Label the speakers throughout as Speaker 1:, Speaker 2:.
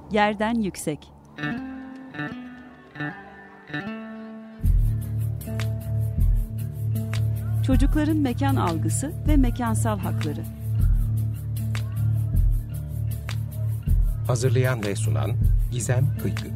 Speaker 1: Yerden yüksek. Çocukların mekan algısı ve mekansal hakları.
Speaker 2: Hazırlayan ve sunan Gizem Kıykı.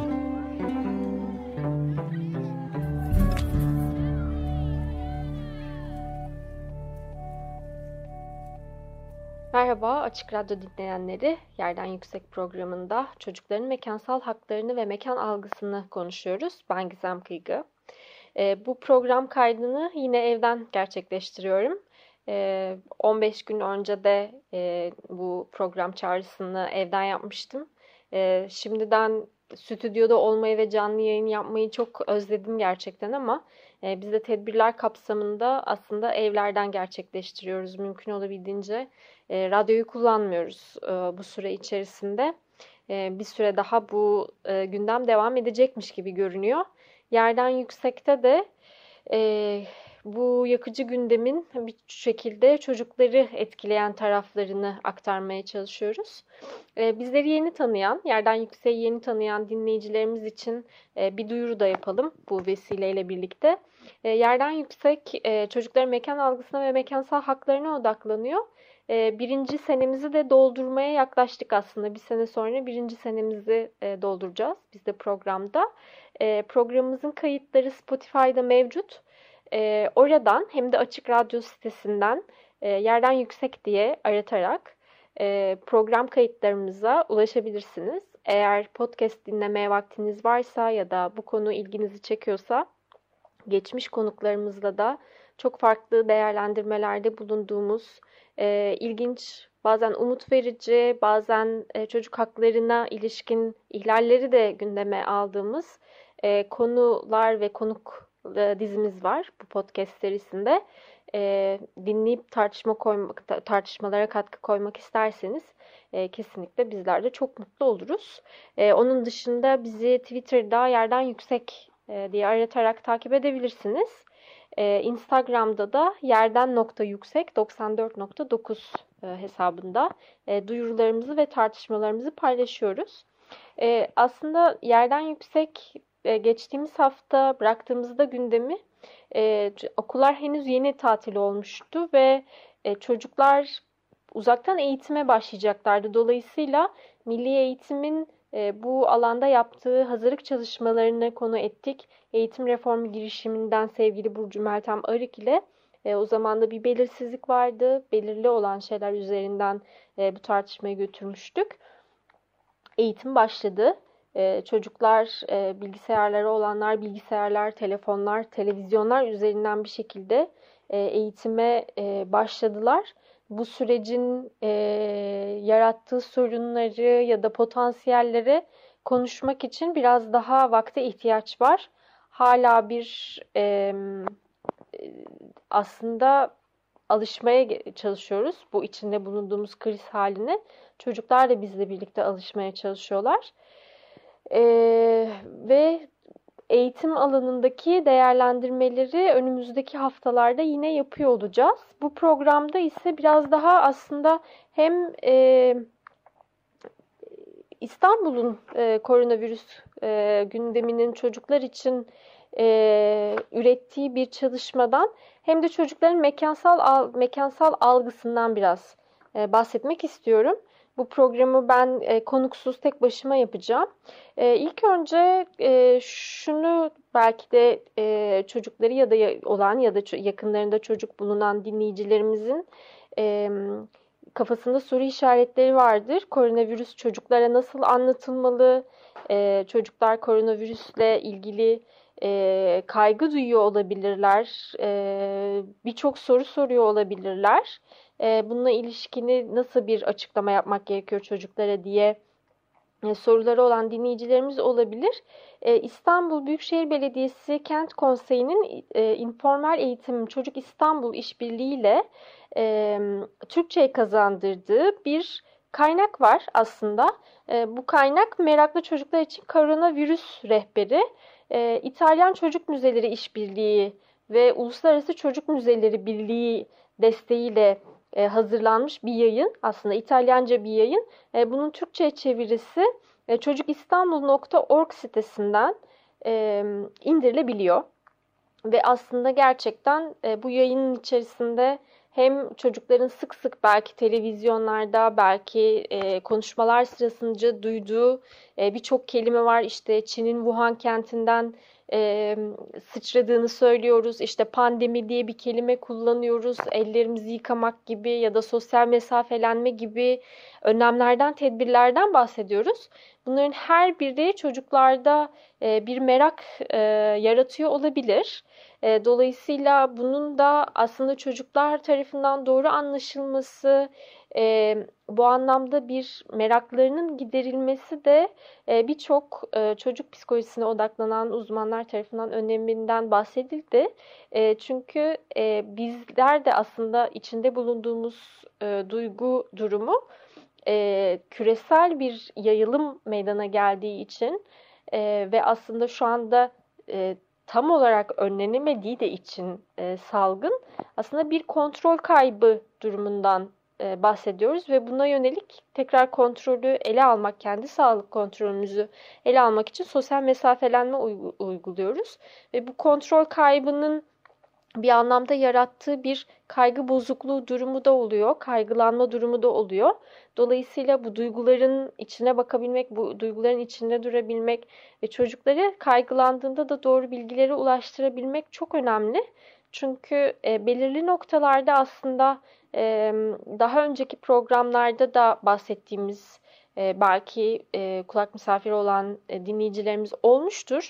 Speaker 3: Merhaba Açık Radyo dinleyenleri. Yerden Yüksek programında çocukların mekansal haklarını ve mekan algısını konuşuyoruz. Ben Gizem Kıygı. Bu program kaydını yine evden gerçekleştiriyorum. 15 gün önce de bu program çağrısını evden yapmıştım. Şimdiden stüdyoda olmayı ve canlı yayın yapmayı çok özledim gerçekten ama biz de tedbirler kapsamında aslında evlerden gerçekleştiriyoruz mümkün olabildiğince. Radyoyu kullanmıyoruz bu süre içerisinde. Bir süre daha bu gündem devam edecekmiş gibi görünüyor. Yerden Yüksek'te de bu yakıcı gündemin bir şekilde çocukları etkileyen taraflarını aktarmaya çalışıyoruz. Bizleri yeni tanıyan, Yerden Yüksek'i yeni tanıyan dinleyicilerimiz için bir duyuru da yapalım bu vesileyle birlikte. Yerden Yüksek çocukların mekan algısına ve mekansal haklarına odaklanıyor. Birinci senemizi de doldurmaya yaklaştık aslında. Bir sene sonra birinci senemizi dolduracağız biz de programda. Programımızın kayıtları Spotify'da mevcut. Oradan hem de Açık Radyo sitesinden Yerden Yüksek diye aratarak program kayıtlarımıza ulaşabilirsiniz. Eğer podcast dinlemeye vaktiniz varsa ya da bu konu ilginizi çekiyorsa geçmiş konuklarımızla da çok farklı değerlendirmelerde bulunduğumuz ilginç, bazen umut verici, bazen çocuk haklarına ilişkin ihlalleri de gündeme aldığımız konular ve konuk dizimiz var bu podcast serisinde. Dinleyip tartışmalara katkı koymak isterseniz kesinlikle bizler de çok mutlu oluruz. Onun dışında bizi Twitter'da Yerden Yüksek diye aratarak takip edebilirsiniz. Instagram'da da yerden.yüksek 94.9 hesabında duyurularımızı ve tartışmalarımızı paylaşıyoruz. Aslında Yerden Yüksek geçtiğimiz hafta bıraktığımızda gündemi okullar henüz yeni tatil olmuştu ve çocuklar uzaktan eğitime başlayacaklardı. Dolayısıyla Milli Eğitim'in bu alanda yaptığı hazırlık çalışmalarını konu ettik. Eğitim reformu girişiminden sevgili Burcu Meltem Arık ile o zaman da bir belirsizlik vardı. Belirli olan şeyler üzerinden bu tartışmayı götürmüştük. Eğitim başladı. Çocuklar, bilgisayarları olanlar, bilgisayarlar, telefonlar, televizyonlar üzerinden bir şekilde eğitime başladılar. Bu sürecin yarattığı sorunları ya da potansiyelleri konuşmak için biraz daha vakte ihtiyaç var. Hala bir aslında alışmaya çalışıyoruz bu içinde bulunduğumuz kriz haline. Çocuklar da bizle birlikte alışmaya çalışıyorlar. Ve eğitim alanındaki değerlendirmeleri önümüzdeki haftalarda yine yapıyor olacağız. Bu programda ise biraz daha aslında hem İstanbul'un koronavirüs gündeminin çocuklar için ürettiği bir çalışmadan hem de çocukların mekansal algısından biraz bahsetmek istiyorum. Bu programı ben konuksuz tek başıma yapacağım. İlk önce şunu belki de çocukları ya da olan ya da yakınlarında çocuk bulunan dinleyicilerimizin kafasında soru işaretleri vardır. Koronavirüs çocuklara nasıl anlatılmalı? Çocuklar koronavirüsle ilgili kaygı duyuyor olabilirler. Birçok soru soruyor olabilirler. Bununla ilişkini nasıl bir açıklama yapmak gerekiyor çocuklara diye soruları olan dinleyicilerimiz olabilir. İstanbul Büyükşehir Belediyesi Kent Konseyi'nin informal eğitim Çocuk İstanbul işbirliğiyle Türkçe'ye kazandırdığı bir kaynak var aslında. Bu kaynak meraklı çocuklar için koronavirüs rehberi. İtalyan Çocuk Müzeleri İşbirliği ve Uluslararası Çocuk Müzeleri Birliği desteğiyle hazırlanmış bir yayın. Aslında İtalyanca bir yayın. Bunun Türkçe çevirisi çocukistanbul.org sitesinden indirilebiliyor. Ve aslında gerçekten bu yayının içerisinde hem çocukların sık sık belki televizyonlarda, belki konuşmalar sırasında duyduğu birçok kelime var. İşte Çin'in Wuhan kentinden sıçradığını söylüyoruz. İşte pandemi diye bir kelime kullanıyoruz. Ellerimizi yıkamak gibi ya da sosyal mesafelenme gibi önlemlerden, tedbirlerden bahsediyoruz. Bunların her biri çocuklarda bir merak yaratıyor olabilir. Dolayısıyla bunun da aslında çocuklar tarafından doğru anlaşılması, bu anlamda bir meraklarının giderilmesi de birçok çocuk psikolojisine odaklanan uzmanlar tarafından öneminden bahsedildi. Çünkü bizler de aslında içinde bulunduğumuz duygu durumu küresel bir yayılım meydana geldiği için ve aslında şu anda tam olarak önlenemediği de için salgın aslında bir kontrol kaybı durumundan bahsediyoruz ve buna yönelik tekrar kontrolü ele almak, kendi sağlık kontrolümüzü ele almak için sosyal mesafelenme uyguluyoruz ve bu kontrol kaybının bir anlamda yarattığı bir kaygı bozukluğu durumu da oluyor, kaygılanma durumu da oluyor. Dolayısıyla bu duyguların içine bakabilmek, bu duyguların içinde durabilmek ve çocukları kaygılandığında da doğru bilgileri ulaştırabilmek çok önemli. Çünkü belirli noktalarda aslında daha önceki programlarda da bahsettiğimiz belki kulak misafiri olan dinleyicilerimiz olmuştur.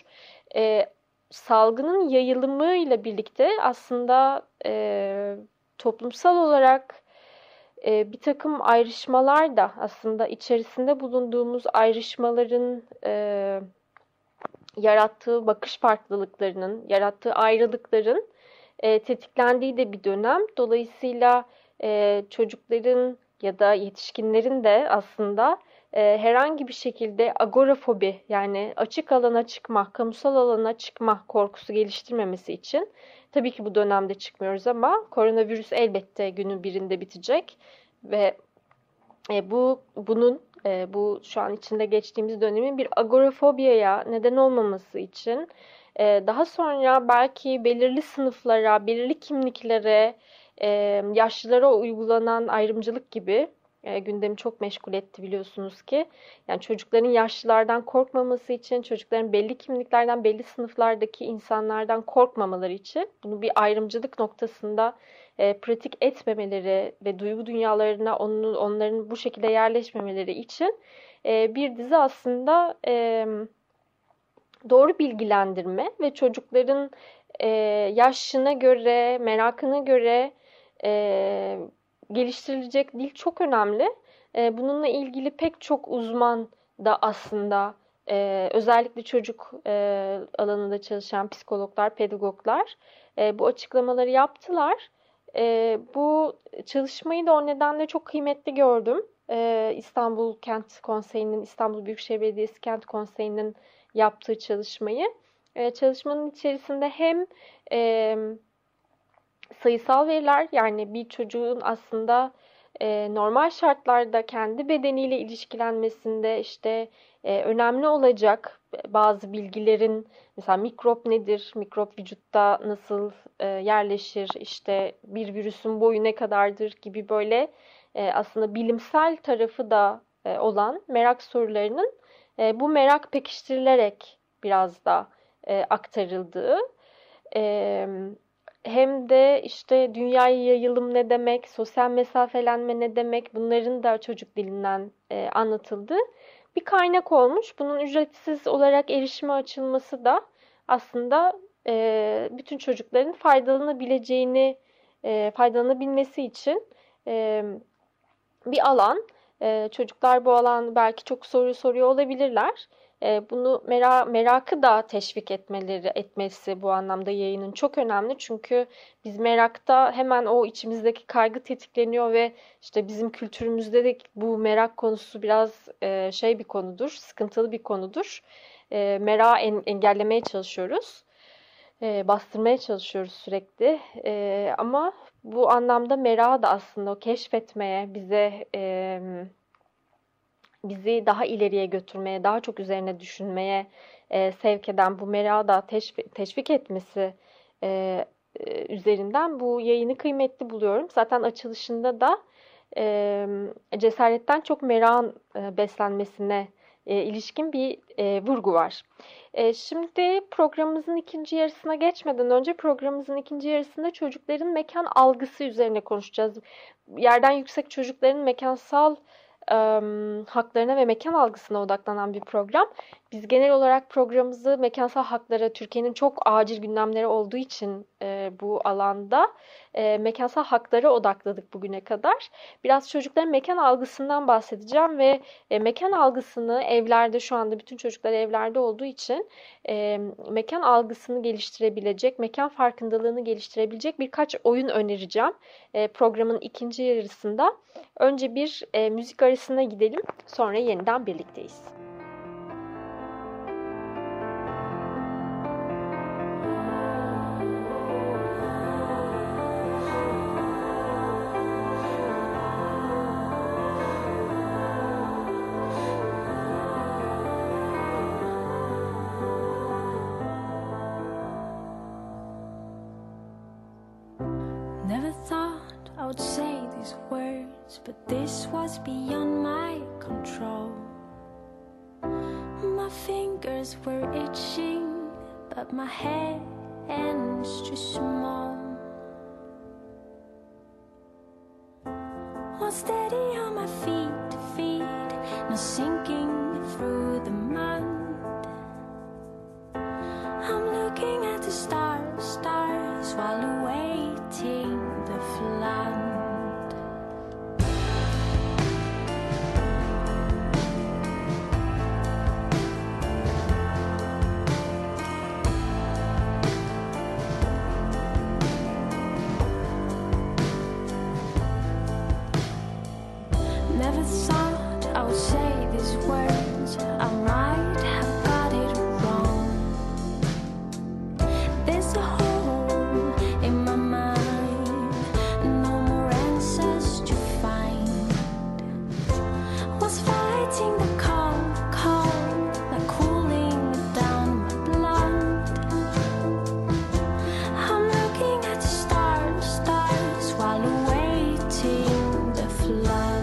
Speaker 3: Salgının yayılımıyla birlikte aslında toplumsal olarak bir takım ayrışmalar da aslında içerisinde bulunduğumuz ayrışmaların yarattığı bakış farklılıklarının, yarattığı ayrılıkların tetiklendiği de bir dönem. Dolayısıyla çocukların ya da yetişkinlerin de aslında herhangi bir şekilde agorafobi yani açık alana çıkma, kamusal alana çıkma korkusu geliştirmemesi için tabii ki bu dönemde çıkmıyoruz ama koronavirüs elbette günün birinde bitecek ve bu şu an içinde geçtiğimiz dönemin bir agorafobiyaya neden olmaması için daha sonra belki belirli sınıflara, belirli kimliklere, yaşlılara uygulanan ayrımcılık gibi gündemi çok meşgul etti biliyorsunuz ki. Yani çocukların yaşlılardan korkmaması için, çocukların belli kimliklerden, belli sınıflardaki insanlardan korkmamaları için bunu bir ayrımcılık noktasında pratik etmemeleri ve duygu dünyalarına onların bu şekilde yerleşmemeleri için bir dizi aslında doğru bilgilendirme ve çocukların yaşına göre, merakına göre geliştirilecek dil çok önemli. Bununla ilgili pek çok uzman da aslında özellikle çocuk alanında çalışan psikologlar, pedagoglar bu açıklamaları yaptılar. Bu çalışmayı da o nedenle çok kıymetli gördüm. İstanbul Kent Konseyi'nin, İstanbul Büyükşehir Belediyesi Kent Konseyi'nin yaptığı çalışmayı. Çalışmanın içerisinde hem sayısal veriler yani bir çocuğun aslında normal şartlarda kendi bedeniyle ilişkilenmesinde işte önemli olacak bazı bilgilerin mesela mikrop nedir, mikrop vücutta nasıl yerleşir, işte bir virüsün boyu ne kadardır gibi böyle aslında bilimsel tarafı da olan merak sorularının bu merak pekiştirilerek biraz da aktarıldığı hem de işte dünyaya yayılım ne demek, sosyal mesafelenme ne demek bunların da çocuk dilinden anlatıldığı bir kaynak olmuş. Bunun ücretsiz olarak erişime açılması da aslında bütün çocukların faydalanabilmesi için bir alan. Çocuklar bu alan belki çok soru soruyor olabilirler. Bunu merakı da teşvik etmesi bu anlamda yayının çok önemli. Çünkü biz merakta hemen o içimizdeki kaygı tetikleniyor ve işte bizim kültürümüzde de bu merak konusu biraz bir konudur, sıkıntılı bir konudur. Merakı engellemeye çalışıyoruz, bastırmaya çalışıyoruz sürekli. Ama bu anlamda merakı da aslında o keşfetmeye, bize bizi daha ileriye götürmeye, daha çok üzerine düşünmeye sevk eden, bu merakı da teşvik etmesi üzerinden bu yayını kıymetli buluyorum. Zaten açılışında da cesaretten çok merakın beslenmesine ilişkin bir vurgu var. Şimdi programımızın ikinci yarısına geçmeden önce programımızın ikinci yarısında çocukların mekan algısı üzerine konuşacağız. Yerden yüksek çocukların mekansal haklarına ve mekan algısına odaklanan bir program. Biz genel olarak programımızı mekansal haklara, Türkiye'nin çok acil gündemleri olduğu için bu alanda mekansal haklara odakladık bugüne kadar. Biraz çocukların mekan algısından bahsedeceğim ve mekan algısını evlerde, şu anda bütün çocuklar evlerde olduğu için mekan algısını geliştirebilecek, mekan farkındalığını geliştirebilecek birkaç oyun önereceğim programın ikinci yarısında. Önce bir müzik arasına gidelim, sonra yeniden birlikteyiz.
Speaker 4: Never thought I would say these words, but this was beyond my control. My fingers were itching, but my hands too small. Was steady on my feet, not sinking through the mud. I'm looking at the stars while awaiting the flood. Never thought I would say these words. I might have got it wrong. There's a hole in my mind, no more answers to find. Was fighting the cold, like cooling down my blood. I'm looking at the stars while awaiting the flood.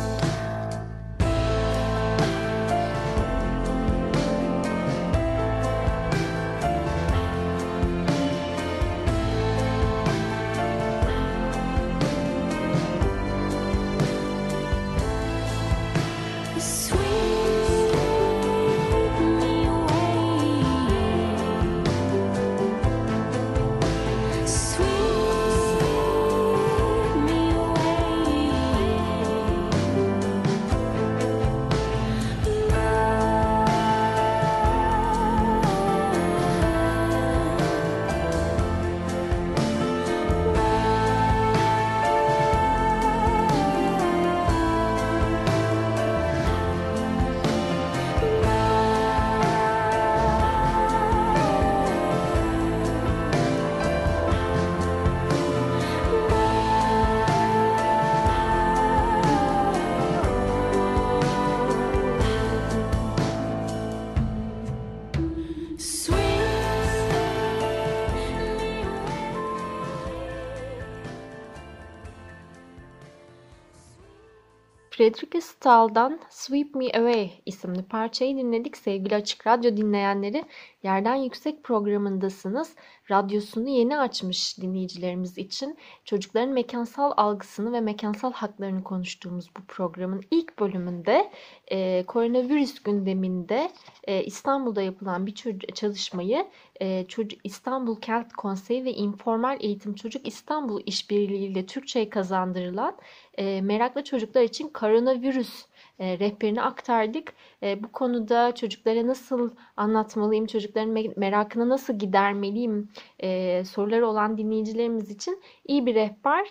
Speaker 3: Frederica Stahl'dan Sweep Me Away isimli parçayı dinledik. Sevgili Açık Radyo dinleyenleri, Yerden Yüksek programındasınız. Radyosunu yeni açmış dinleyicilerimiz için çocukların mekansal algısını ve mekansal haklarını konuştuğumuz bu programın ilk bölümünde koronavirüs gündeminde İstanbul'da yapılan bir çalışmayı İstanbul Kent Konseyi ve İnformal Eğitim Çocuk İstanbul işbirliğiyle Türkçe'ye kazandırılan meraklı çocuklar için koronavirüs rehberini aktardık. Bu konuda çocuklara nasıl anlatmalıyım, çocukların merakını nasıl gidermeliyim soruları olan dinleyicilerimiz için iyi bir rehber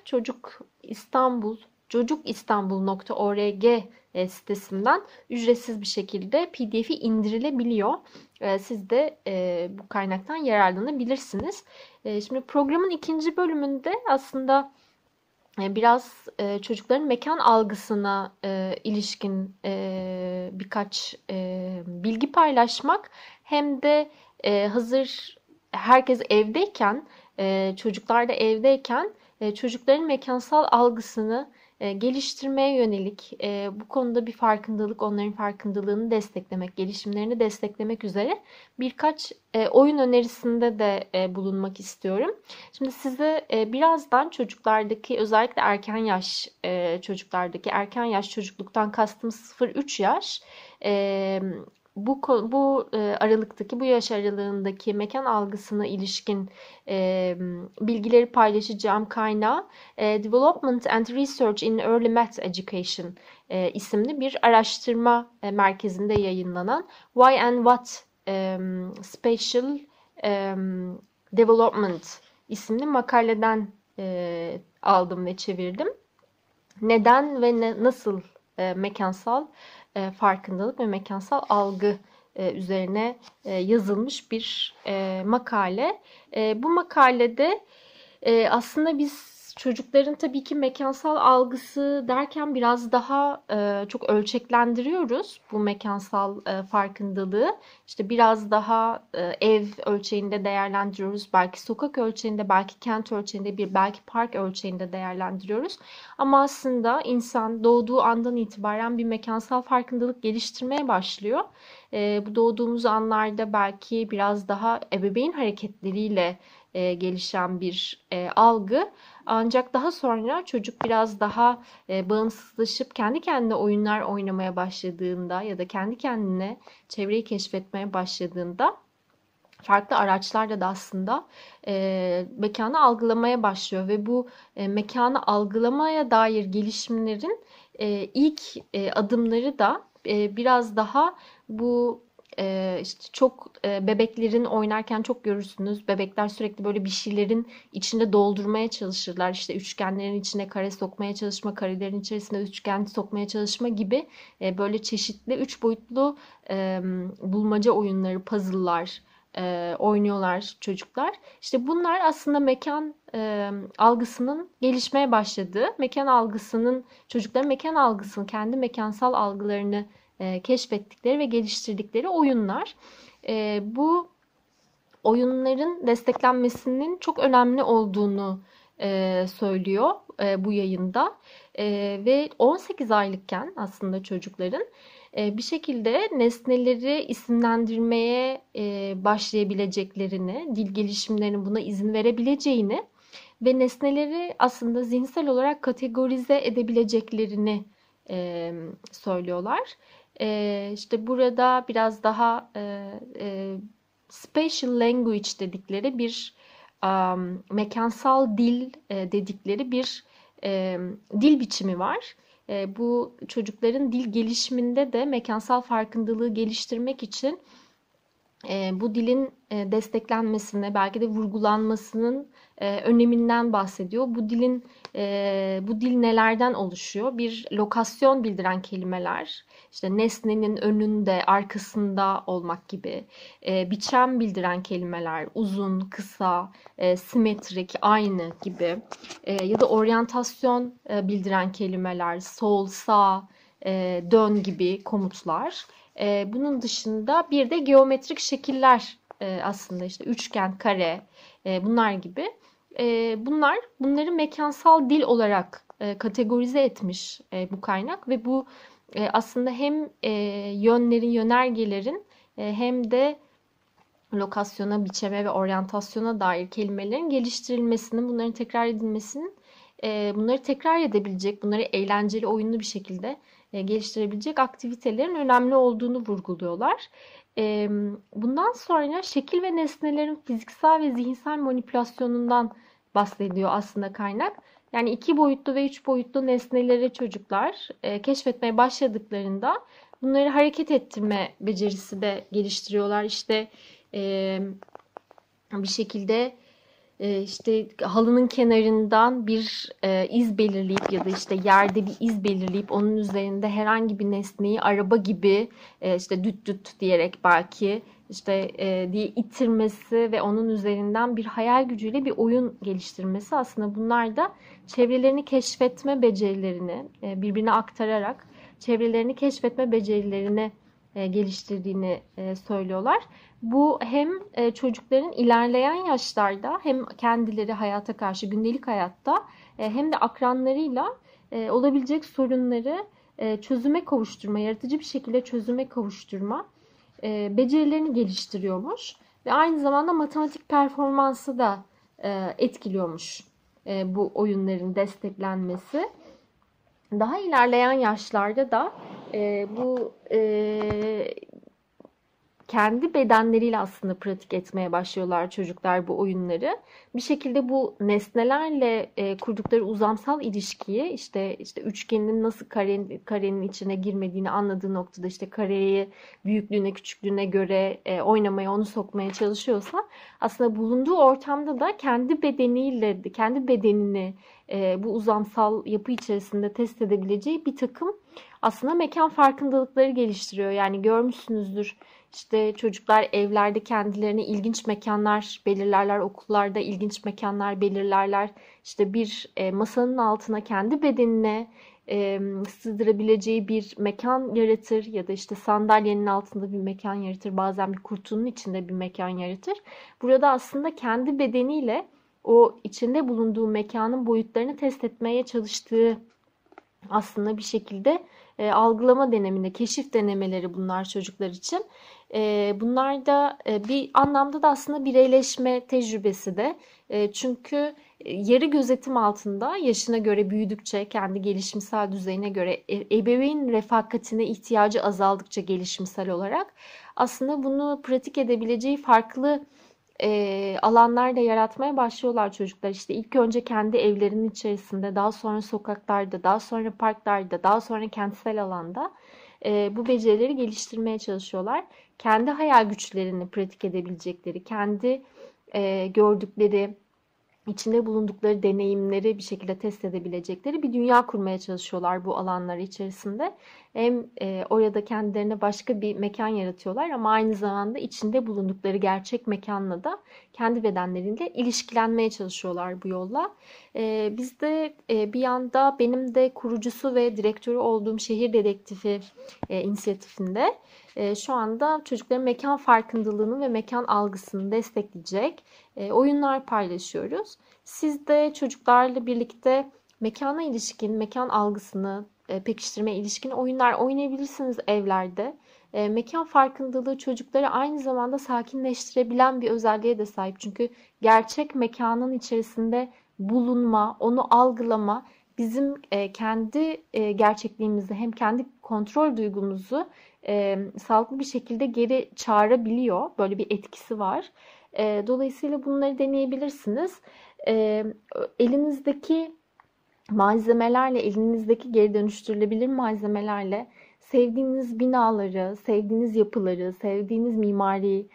Speaker 3: çocukistanbul.org sitesinden ücretsiz bir şekilde PDF'i indirilebiliyor. Siz de bu kaynaktan yararlanabilirsiniz. Şimdi programın ikinci bölümünde aslında biraz çocukların mekan algısına ilişkin birkaç bilgi paylaşmak hem de hazır herkes evdeyken, çocuklar da evdeyken çocukların mekansal algısını geliştirmeye yönelik bu konuda bir farkındalık, onların farkındalığını desteklemek, gelişimlerini desteklemek üzere birkaç oyun önerisinde de bulunmak istiyorum. Şimdi size birazdan çocuklardaki, özellikle erken yaş çocuklardaki, erken yaş çocukluktan kastım 0-3 yaş, bu aralıktaki, bu yaş aralığındaki mekan algısına ilişkin bilgileri paylaşacağım kaynağı Development and Research in Early Math Education isimli bir araştırma merkezinde yayınlanan Why and What Spatial Development isimli makaleden aldım ve çevirdim. Neden ve nasıl mekansal farkındalık ve mekansal algı üzerine yazılmış bir makale. Bu makalede aslında biz çocukların tabii ki mekansal algısı derken biraz daha çok ölçeklendiriyoruz bu mekansal farkındalığı. İşte biraz daha ev ölçeğinde değerlendiriyoruz. Belki sokak ölçeğinde, belki kent ölçeğinde, belki park ölçeğinde değerlendiriyoruz. Ama aslında insan doğduğu andan itibaren bir mekansal farkındalık geliştirmeye başlıyor. Bu doğduğumuz anlarda belki biraz daha ebeveyn hareketleriyle gelişen bir algı. Ancak daha sonra çocuk biraz daha bağımsızlaşıp kendi kendine oyunlar oynamaya başladığında ya da kendi kendine çevreyi keşfetmeye başladığında farklı araçlarla da aslında mekanı algılamaya başlıyor ve bu mekanı algılamaya dair gelişimlerin ilk adımları da biraz daha bu işte çok bebeklerin oynarken çok görürsünüz. Bebekler sürekli böyle bir şeylerin içinde doldurmaya çalışırlar. İşte üçgenlerin içine kare sokmaya çalışma, karelerin içerisine üçgen sokmaya çalışma gibi böyle çeşitli 3 boyutlu bulmaca oyunları, puzzle'lar oynuyorlar çocuklar. İşte bunlar aslında mekan algısının gelişmeye başladığı, mekan algısının, çocukların mekan algısını, kendi mekansal algılarını keşfettikleri ve geliştirdikleri oyunlar. Bu oyunların desteklenmesinin çok önemli olduğunu söylüyor bu yayında. Ve 18 aylıkken aslında çocukların bir şekilde nesneleri isimlendirmeye başlayabileceklerini, dil gelişimlerinin buna izin verebileceğini ve nesneleri aslında zihinsel olarak kategorize edebileceklerini söylüyorlar. İşte burada biraz daha spatial language dedikleri bir mekansal dil dedikleri bir dil biçimi var. Bu çocukların dil gelişiminde de mekansal farkındalığı geliştirmek için bu dilin desteklenmesine, belki de vurgulanmasının öneminden bahsediyor. Bu dil nelerden oluşuyor? Bir lokasyon bildiren kelimeler, işte nesnenin önünde, arkasında olmak gibi. Biçem bildiren kelimeler, uzun, kısa, simetrik, aynı gibi. Ya da oryantasyon bildiren kelimeler, sol, sağ, dön gibi komutlar. Bunun dışında bir de geometrik şekiller, aslında işte üçgen, kare, bunlar gibi. Bunları mekansal dil olarak kategorize etmiş bu kaynak ve bu aslında hem yönlerin, yönergelerin hem de lokasyona, biçeme ve oryantasyona dair kelimelerin geliştirilmesinin, bunların tekrar edilmesinin, bunları tekrar edebilecek, bunları eğlenceli, oyunlu bir şekilde geliştirebilecek aktivitelerin önemli olduğunu vurguluyorlar. Bundan sonra şekil ve nesnelerin fiziksel ve zihinsel manipülasyonundan bahsediyor aslında kaynak. Yani 2 boyutlu ve 3 boyutlu nesneleri çocuklar keşfetmeye başladıklarında bunları hareket ettirme becerisi de geliştiriyorlar. İşte bir şekilde işte halının kenarından bir iz belirleyip ya da işte yerde bir iz belirleyip onun üzerinde herhangi bir nesneyi araba gibi işte düt düt diyerek belki işte diye ittirmesi ve onun üzerinden bir hayal gücüyle bir oyun geliştirmesi, aslında bunlar da çevrelerini keşfetme becerilerini birbirine aktararak çevrelerini keşfetme becerilerini geliştirdiğini söylüyorlar. Bu hem çocukların ilerleyen yaşlarda hem kendileri hayata karşı gündelik hayatta hem de akranlarıyla olabilecek sorunları çözüme kavuşturma, yaratıcı bir şekilde çözüme kavuşturma becerilerini geliştiriyormuş. Ve aynı zamanda matematik performansı da etkiliyormuş bu oyunların desteklenmesi. Daha ilerleyen yaşlarda da bu kendi bedenleriyle aslında pratik etmeye başlıyorlar çocuklar bu oyunları. Bir şekilde bu nesnelerle kurdukları uzamsal ilişkiyi işte üçgenin nasıl karenin içine girmediğini anladığı noktada işte kareyi büyüklüğüne küçüklüğüne göre oynamaya onu sokmaya çalışıyorsa aslında bulunduğu ortamda da kendi bedenini bu uzamsal yapı içerisinde test edebileceği bir takım aslında mekan farkındalıkları geliştiriyor. Yani görmüşsünüzdür. İşte çocuklar evlerde kendilerine ilginç mekanlar belirlerler, okullarda ilginç mekanlar belirlerler. İşte bir masanın altına kendi bedenine sığdırabileceği bir mekan yaratır ya da işte sandalyenin altında bir mekan yaratır. Bazen bir kutunun içinde bir mekan yaratır. Burada aslında kendi bedeniyle o içinde bulunduğu mekanın boyutlarını test etmeye çalıştığı aslında bir şekilde algılama deneminde, keşif denemeleri bunlar çocuklar için. Bunlar da bir anlamda da aslında bireyleşme tecrübesi de. Çünkü yarı gözetim altında yaşına göre büyüdükçe, kendi gelişimsel düzeyine göre ebeveyn refakatine ihtiyacı azaldıkça gelişimsel olarak aslında bunu pratik edebileceği farklı alanlar da yaratmaya başlıyorlar çocuklar. İşte ilk önce kendi evlerinin içerisinde, daha sonra sokaklarda, daha sonra parklarda, daha sonra kentsel alanda bu becerileri geliştirmeye çalışıyorlar. Kendi hayal güçlerini pratik edebilecekleri, kendi gördükleri, içinde bulundukları deneyimleri bir şekilde test edebilecekleri bir dünya kurmaya çalışıyorlar bu alanlar içerisinde. Hem orada kendilerine başka bir mekan yaratıyorlar ama aynı zamanda içinde bulundukları gerçek mekanla da kendi bedenleriyle ilişkilenmeye çalışıyorlar bu yolla. Biz de bir yanda benim de kurucusu ve direktörü olduğum Şehir Dedektifi inisiyatifinde şu anda çocukların mekan farkındalığını ve mekan algısını destekleyecek oyunlar paylaşıyoruz. Siz de çocuklarla birlikte mekana ilişkin, mekan algısını pekiştirmeye ilişkin oyunlar oynayabilirsiniz evlerde. Mekan farkındalığı çocukları aynı zamanda sakinleştirebilen bir özelliğe de sahip. Çünkü gerçek mekanın içerisinde bulunma, onu algılama bizim kendi gerçekliğimizi hem kendi kontrol duygumuzu sağlıklı bir şekilde geri çağırabiliyor. Böyle bir etkisi var. Dolayısıyla bunları deneyebilirsiniz. Elinizdeki malzemelerle, elinizdeki geri dönüştürülebilir malzemelerle sevdiğiniz binaları, sevdiğiniz yapıları, sevdiğiniz mimari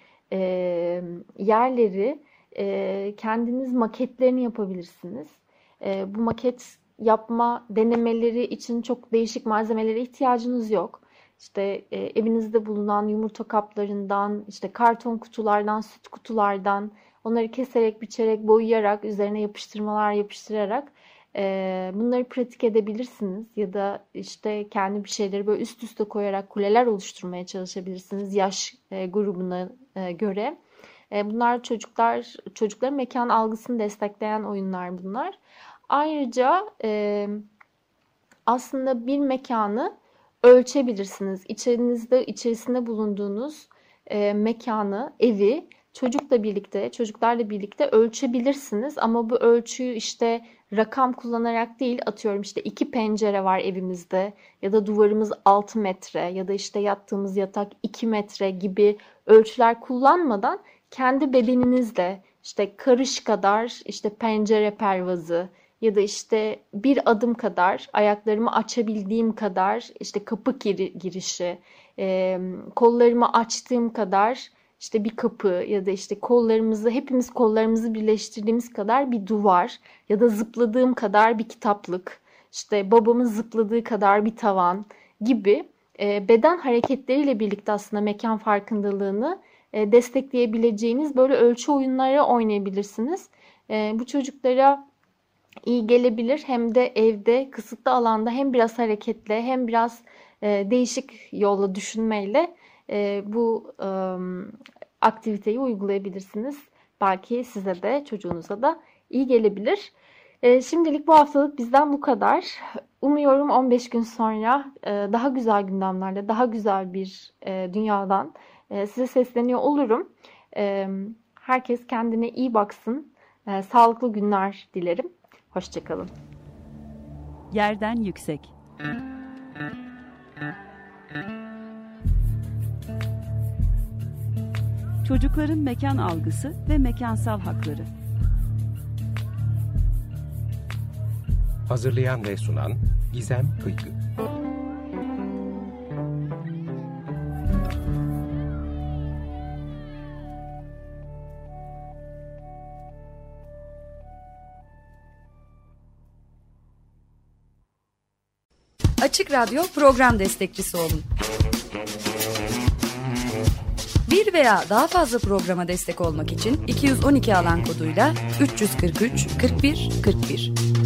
Speaker 3: yerleri kendiniz maketlerini yapabilirsiniz. Bu maket yapma denemeleri için çok değişik malzemelere ihtiyacınız yok. İşte evinizde bulunan yumurta kaplarından, işte karton kutulardan, süt kutulardan onları keserek, biçerek, boyayarak, üzerine yapıştırmalar yapıştırarak bunları pratik edebilirsiniz. Ya da işte kendi bir şeyleri böyle üst üste koyarak kuleler oluşturmaya çalışabilirsiniz yaş grubuna göre. Bunlar çocukların mekan algısını destekleyen oyunlar bunlar. Ayrıca aslında bir mekanı ölçebilirsiniz. İçerisinde bulunduğunuz mekanı, evi çocuklarla birlikte ölçebilirsiniz. Ama bu ölçüyü işte rakam kullanarak değil, atıyorum işte 2 pencere var evimizde ya da duvarımız 6 metre ya da işte yattığımız yatak 2 metre gibi ölçüler kullanmadan kendi bedeninizle işte karış kadar işte pencere pervazı ya da işte bir adım kadar ayaklarımı açabildiğim kadar işte kapı girişi, kollarımı açtığım kadar işte bir kapı ya da işte hepimiz kollarımızı birleştirdiğimiz kadar bir duvar ya da zıpladığım kadar bir kitaplık, işte babamın zıpladığı kadar bir tavan gibi beden hareketleriyle birlikte aslında mekan farkındalığını destekleyebileceğiniz böyle ölçü oyunları oynayabilirsiniz. Bu çocuklara iyi gelebilir. Hem de evde kısıtlı alanda hem biraz hareketli hem biraz değişik yolla düşünmeyle bu aktiviteyi uygulayabilirsiniz. Belki size de çocuğunuza da iyi gelebilir. Şimdilik bu haftalık bizden bu kadar. Umuyorum 15 gün sonra daha güzel gündemlerle, daha güzel bir dünyadan size sesleniyor olurum. Herkes kendine iyi baksın. Sağlıklı günler dilerim. Hoşçakalın.
Speaker 1: Yerden yüksek. Çocukların mekan algısı ve mekansal hakları.
Speaker 2: Hazırlayan ve sunan Gizem Kıykı.
Speaker 5: Açık Radyo program destekçisi olun. Bir veya daha fazla programa destek olmak için 212 alan koduyla 343 41 41.